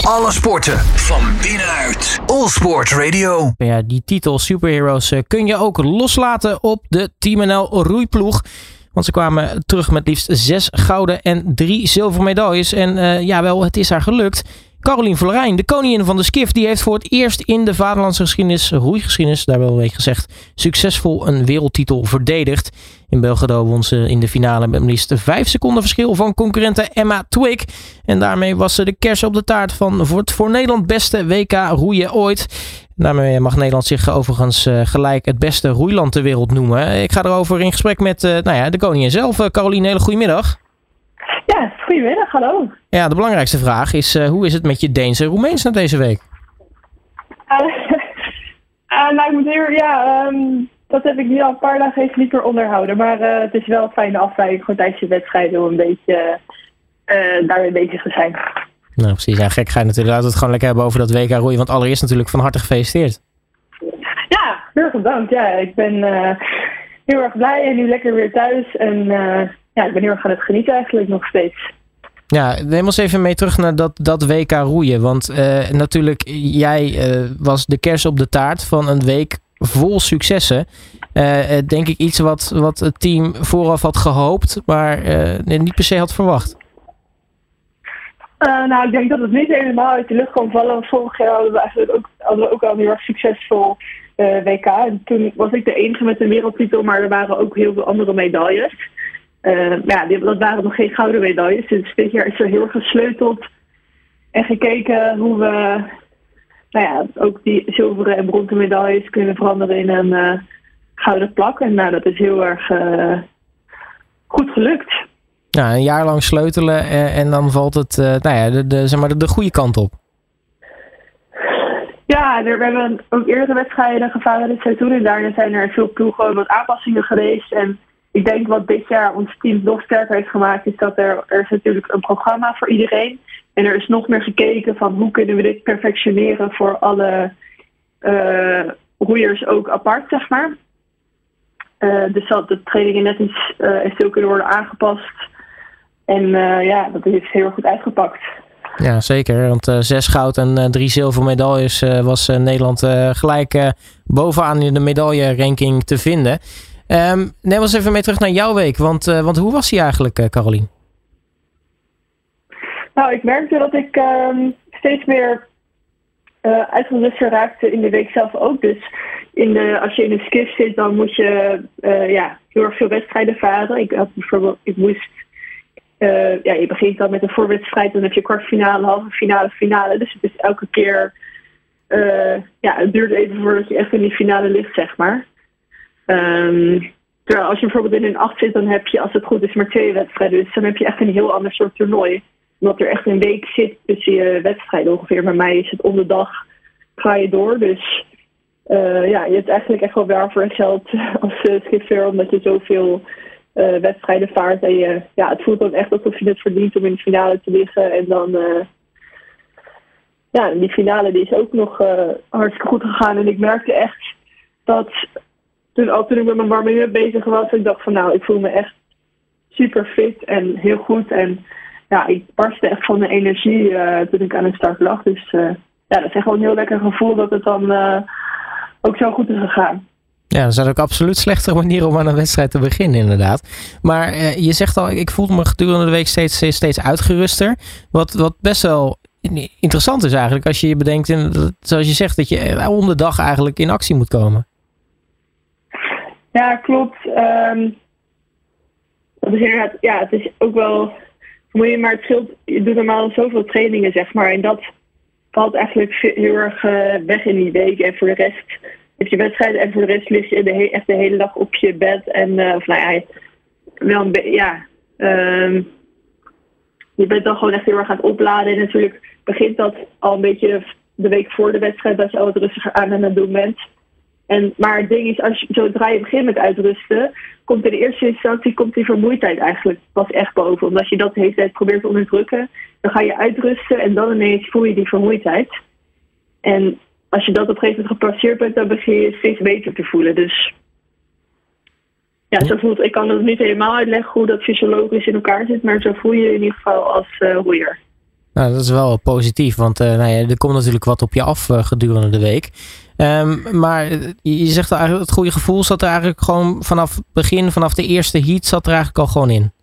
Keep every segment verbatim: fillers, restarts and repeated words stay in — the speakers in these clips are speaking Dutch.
Alle sporten van binnenuit. All Sport Radio. Ja, die titel Superheroes uh, kun je ook loslaten op de Team N L roeiploeg. Want ze kwamen terug met liefst zes gouden en drie zilveren medailles. En uh, jawel, het is haar gelukt. Caroline Florijn, de koningin van de skiff, die heeft voor het eerst in de vaderlandse geschiedenis, roeigeschiedenis, daar wel een week gezegd, succesvol een wereldtitel verdedigd. In Belgrado won ze in de finale met liefst vijf seconden verschil van concurrente Emma Twigg. En daarmee was ze de kers op de taart van voor het voor Nederland beste W K roeien ooit. Daarmee mag Nederland zich overigens uh, gelijk het beste roeiland ter wereld noemen. Ik ga erover in gesprek met uh, nou ja, de koningin zelf. Uh, Caroline, hele goedemiddag. Ja, goedemiddag, hallo. Ja, de belangrijkste vraag is, uh, hoe is het met je Deens en Roemeens na deze week? Uh, uh, nou, ik moet weer, ja, um, dat heb ik nu al een paar dagen even niet meer onderhouden. Maar uh, het is wel een fijne afleiding gewoon tijdens je wedstrijden om een beetje uh, daarmee bezig te zijn. Nou, precies. Ja, gek ga je natuurlijk laten we het gewoon lekker hebben over dat W K roeien. Want allereerst natuurlijk van harte gefeliciteerd. Ja, heel erg bedankt. Ja, ik ben uh, heel erg blij en nu lekker weer thuis. En uh, ja, ik ben heel erg aan het genieten eigenlijk nog steeds. Ja, neem ons even mee terug naar dat, dat W K roeien. Want uh, natuurlijk, jij uh, was de kers op de taart van een week vol successen. Uh, denk ik iets wat, wat het team vooraf had gehoopt, maar uh, niet per se had verwacht. Uh, nou, ik denk dat het niet helemaal uit de lucht kon vallen. Want vorig jaar hadden we eigenlijk ook, hadden we ook al heel erg succesvol uh, W K. En toen was ik de enige met een wereldtitel, maar er waren ook heel veel andere medailles. Uh, ja, die, dat waren nog geen gouden medailles. Dus dit jaar is er heel erg gesleuteld en gekeken hoe we nou ja, ook die zilveren en bronzen medailles kunnen veranderen in een uh, gouden plak. En nou, dat is heel erg uh, goed gelukt. Ja, een jaar lang sleutelen en, en dan valt het uh, nou ja, de, de, zeg maar de, de goede kant op. Ja, er, we hebben ook eerdere wedstrijden gevaren dit seizoen en daarna zijn er veel ploegen wat aanpassingen geweest. En ik denk wat dit jaar ons team nog sterker heeft gemaakt is dat er, er is natuurlijk een programma voor iedereen. En er is nog meer gekeken van hoe kunnen we dit perfectioneren voor alle uh, roeiers ook apart, zeg maar. Uh, dus dat de trainingen net iets uh, veel kunnen worden aangepast. En uh, ja, dat is heel erg goed uitgepakt. Ja, zeker. Want uh, zes goud en uh, drie zilveren medailles uh, was uh, Nederland uh, gelijk uh, bovenaan in de medailleranking te vinden. Um, neem ons even mee terug naar jouw week. Want, uh, want hoe was die eigenlijk, uh, Caroline? Nou, ik merkte dat ik um, steeds meer uh, uitgeruster raakte in de week zelf ook. Dus in de, als je in een skiff zit, dan moet je uh, ja, heel erg veel wedstrijden varen. Ik had bijvoorbeeld, ik moest, uh, ja, je begint dan met een voorwedstrijd, dan heb je kwartfinale, halve finale, finale. Dus het is elke keer, uh, ja, het duurt even voordat je echt in die finale ligt, zeg maar. Um, terwijl als je bijvoorbeeld in een acht zit, dan heb je, als het goed is, maar twee wedstrijden. Dus dan heb je echt een heel ander soort toernooi. Omdat er echt een week zit tussen je wedstrijden ongeveer. Bij mij is het om de dag, ga je door. Dus uh, ja, je hebt eigenlijk echt wel waar voor het geld als uh, skipper, omdat je zoveel uh, wedstrijden vaart. En je, ja, het voelt dan echt alsof je het verdient om in de finale te liggen. En dan, uh, ja, die finale die is ook nog uh, hartstikke goed gegaan. En ik merkte echt dat toen, al toen ik met mijn warming-up bezig was, ik dacht van nou, ik voel me echt super fit en heel goed. En ja, ik barstte echt van de energie uh, toen ik aan de start lag. Dus uh, ja, dat is echt wel een heel lekker gevoel dat het dan uh, ook zo goed is gegaan. Ja, dat zijn ook absoluut slechtere manieren om aan een wedstrijd te beginnen, inderdaad. Maar uh, je zegt al, ik voelde me gedurende de week steeds, steeds uitgeruster. Wat, wat best wel interessant is eigenlijk als je je bedenkt, in, zoals je zegt, dat je om de dag eigenlijk in actie moet komen. Ja, klopt. Um, dat is inderdaad, ja, het is ook wel moeilijk, maar het scheelt. Je doet normaal zoveel trainingen, zeg maar. En dat valt eigenlijk heel erg uh, weg in die week. En voor de rest heb je wedstrijden en voor de rest lig je de he- echt de hele dag op je bed. En uh, of, nou ja, wel een be- ja, um, je bent dan gewoon echt heel erg aan het opladen. En natuurlijk begint dat al een beetje de week voor de wedstrijd, dat je al wat rustiger aan en het doen bent. En, maar het ding is, als je, zodra je begint met uitrusten, komt in de eerste instantie komt die vermoeidheid eigenlijk pas echt boven. Omdat je dat de hele tijd probeert te onderdrukken, dan ga je uitrusten en dan ineens voel je die vermoeidheid. En als je dat op een gegeven moment gepasseerd bent, dan begin je steeds beter te voelen. Dus ja, zo voelt, ik kan het niet helemaal uitleggen hoe dat fysiologisch in elkaar zit, maar zo voel je je in ieder geval als uh, roeier. Nou, dat is wel positief, want uh, nou ja, er komt natuurlijk wat op je af uh, gedurende de week. Um, maar je zegt eigenlijk, het goede gevoel zat er eigenlijk gewoon vanaf het begin, vanaf de eerste heat, zat er eigenlijk al gewoon in.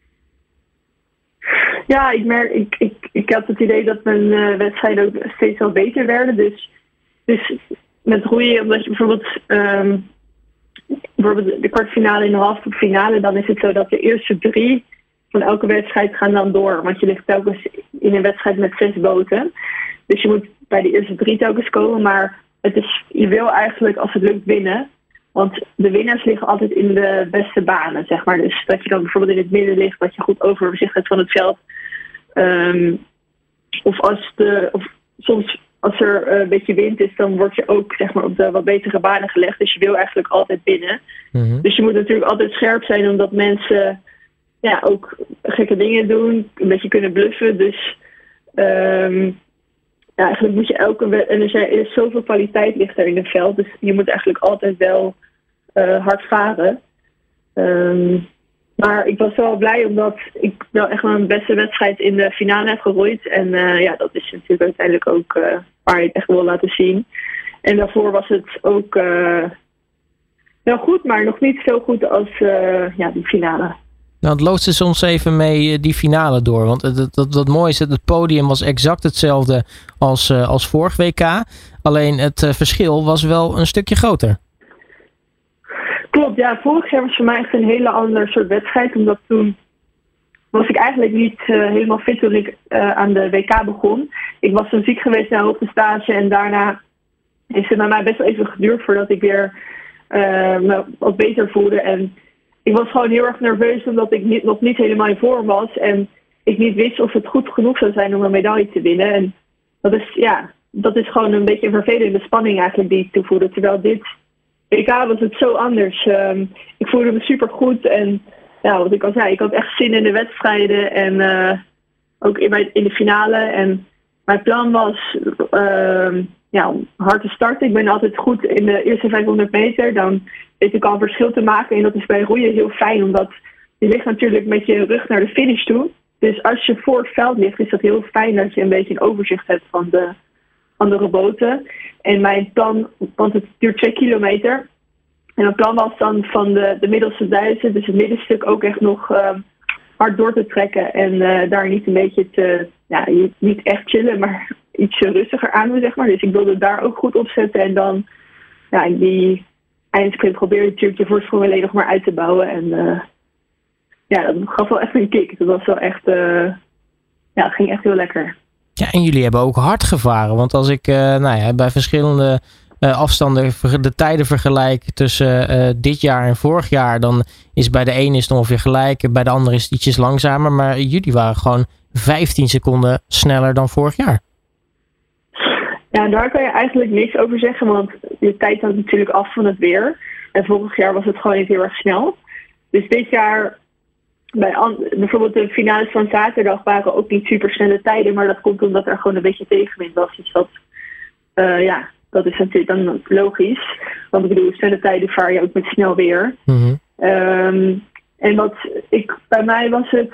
Ja, ik merk, ik, ik, ik had het idee dat mijn uh, wedstrijden ook steeds wel beter werden. Dus, dus met roeien, omdat je bijvoorbeeld, um, bijvoorbeeld de kwartfinale en de halve finale, dan is het zo dat de eerste drie van elke wedstrijd gaan dan door. Want je ligt telkens in een wedstrijd met zes boten. Dus je moet bij de eerste drie telkens komen. Maar het is, je wil eigenlijk als het lukt winnen. Want de winnaars liggen altijd in de beste banen, zeg maar. Dus dat je dan bijvoorbeeld in het midden ligt, dat je goed overzicht hebt van het veld. Um, of als de, of soms als er uh, een beetje wind is, dan word je ook zeg maar op de wat betere banen gelegd. Dus je wil eigenlijk altijd winnen. Mm-hmm. Dus je moet natuurlijk altijd scherp zijn, omdat mensen ja, ook gekke dingen doen, een beetje kunnen bluffen. Dus um, ja, eigenlijk moet je elke wet, en er, zijn, er is zoveel kwaliteit ligt er in het veld, dus je moet eigenlijk altijd wel uh, hard varen. Um, maar ik was wel blij omdat ik wel echt mijn beste wedstrijd in de finale heb gerooid. En uh, ja, dat is natuurlijk uiteindelijk ook uh, waar je het echt wil laten zien. En daarvoor was het ook uh, wel goed, maar nog niet zo goed als uh, ja, die finale. Nou, het loodste soms even mee die finale door. Want het, het, het, het mooie is dat het podium was exact hetzelfde als, uh, als vorig W K. Alleen het uh, verschil was wel een stukje groter. Klopt, ja. Vorig jaar was voor mij echt een hele andere soort wedstrijd. Omdat toen was ik eigenlijk niet uh, helemaal fit toen ik uh, aan de W K begon. Ik was toen ziek geweest na op de stage. En daarna heeft het bij mij best wel even geduurd voordat ik weer uh, me wat beter voelde. En ik was gewoon heel erg nerveus omdat ik niet, nog niet helemaal in vorm was. En ik niet wist of het goed genoeg zou zijn om een medaille te winnen. En dat is, ja, dat is gewoon een beetje een vervelende spanning eigenlijk die ik toevoerde. Terwijl dit W K was het zo anders. Um, ik voelde me super goed. En ja, wat ik al zei, ik had echt zin in de wedstrijden. En uh, ook in, mijn, in de finale. En mijn plan was uh, ja, om hard te starten. Ik ben altijd goed in de eerste vijfhonderd meter. Dan weet ik al een verschil te maken. En dat is bij roeien heel fijn. Omdat je ligt natuurlijk met je rug naar de finish toe. Dus als je voor het veld ligt, is dat heel fijn dat je een beetje een overzicht hebt van de andere boten. En mijn plan, want het duurt twee kilometer. En mijn plan was dan van de, de middelste duizend, dus het middenstuk ook echt nog uh, hard door te trekken. En uh, daar niet een beetje te, ja, niet echt chillen, maar iets rustiger aan doen, zeg maar. Dus ik wilde daar ook goed op zetten. En dan, ja, in die eindsprint probeerde ik natuurlijk je voorsprong alleen nog maar uit te bouwen. En uh, ja, dat gaf wel echt een kick. Dat was wel echt, uh, ja, het ging echt heel lekker. Ja, en jullie hebben ook hard gevaren. Want als ik uh, nou ja, bij verschillende uh, afstanden de tijden vergelijk tussen uh, dit jaar en vorig jaar, dan is bij de ene is het ongeveer gelijk, bij de andere is het ietsjes langzamer. Maar jullie waren gewoon vijftien seconden sneller dan vorig jaar. Ja, daar kan je eigenlijk niks over zeggen, want de tijd hangt natuurlijk af van het weer. En vorig jaar was het gewoon niet heel erg snel. Dus dit jaar, bij an- bijvoorbeeld de finales van zaterdag, waren ook niet super snelle tijden. Maar dat komt omdat er gewoon een beetje tegenwind was. Dus dat, uh, ja, dat is natuurlijk dan logisch. Want ik bedoel, snelle tijden vaar je ook met snel weer. Mm-hmm. Um, en wat ik, bij mij was het,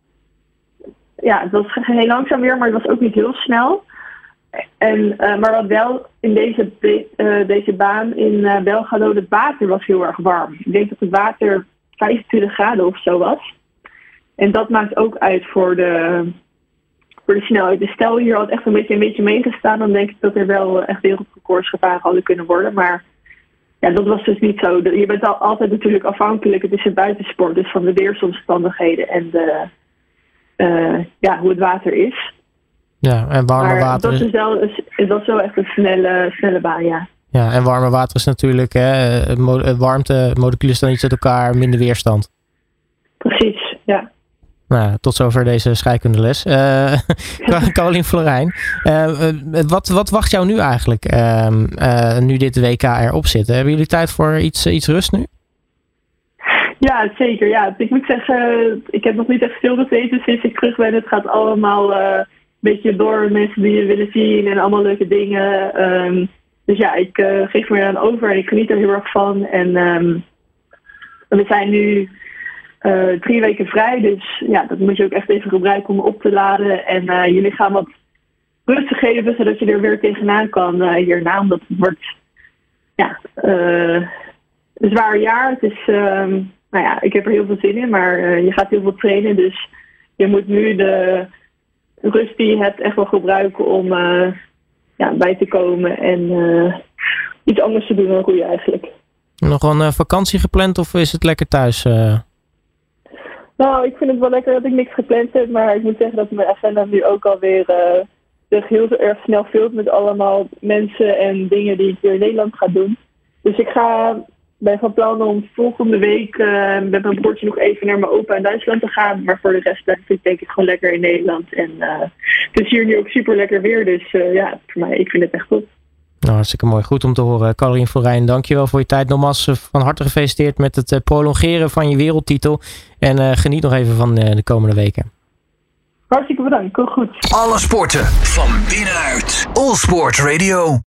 ja, het was heel langzaam weer, maar het was ook niet heel snel. En, uh, maar wat wel in deze, uh, deze baan in uh, Belgrado, het water was heel erg warm. Ik denk dat het water vijfentwintig graden of zo was. En dat maakt ook uit voor de, voor de snelheid. Dus stel hier had echt een beetje, een beetje meegestaan, dan denk ik dat er wel echt wereldrecords gevaren hadden kunnen worden. Maar ja, dat was dus niet zo. Je bent al, altijd natuurlijk afhankelijk. Het is een buitensport, dus van de weersomstandigheden en de, uh, ja, hoe het water is. Ja, en warme maar water. Dat is wel, het was wel echt een snelle, snelle baan, ja. Ja, en warme water is natuurlijk, hè, warmte, moleculen staan iets uit elkaar, minder weerstand. Precies, ja. Nou, tot zover deze scheikundeles. Uh, Carolien Florijn, uh, wat, wat wacht jou nu eigenlijk, uh, uh, nu dit W K erop zit? Hebben jullie tijd voor iets, iets rust nu? Ja, zeker. Ja. Ik moet zeggen, ik heb nog niet echt stilgezeten sinds ik terug ben. Het gaat allemaal uh, een beetje door mensen die je willen zien en allemaal leuke dingen. Um, dus ja, ik uh, geef me eraan over en ik geniet er heel erg van. En um, we zijn nu uh, drie weken vrij. Dus ja, dat moet je ook echt even gebruiken om op te laden. En uh, je lichaam wat rust te geven, zodat je er weer tegenaan kan uh, hierna. Omdat het wordt ja, uh, een zwaar jaar. Het is, uh, nou ja, ik heb er heel veel zin in, maar uh, je gaat heel veel trainen. Dus je moet nu de rust die je hebt echt wel gebruiken om uh, ja, bij te komen. En uh, iets anders te doen dan roeien eigenlijk. Nog een uh, vakantie gepland of is het lekker thuis? Uh... Nou, ik vind het wel lekker dat ik niks gepland heb. Maar ik moet zeggen dat mijn agenda nu ook alweer uh, zich heel erg snel vult met allemaal mensen en dingen die ik hier in Nederland ga doen. Dus ik ga, ben van plan om volgende week uh, met mijn broertje nog even naar mijn opa in Duitsland te gaan. Maar voor de rest blijf ik denk ik gewoon lekker in Nederland. En uh, het is hier nu ook super lekker weer. Dus uh, ja, voor mij, ik vind het echt goed. Nou, hartstikke mooi. Goed om te horen. Carolien van Rijn, dankjewel voor je tijd. Nogmaals van harte gefeliciteerd met het uh, prolongeren van je wereldtitel. En uh, geniet nog even van uh, de komende weken. Hartstikke bedankt. Kom goed. Alle sporten van binnenuit. All Sport Radio.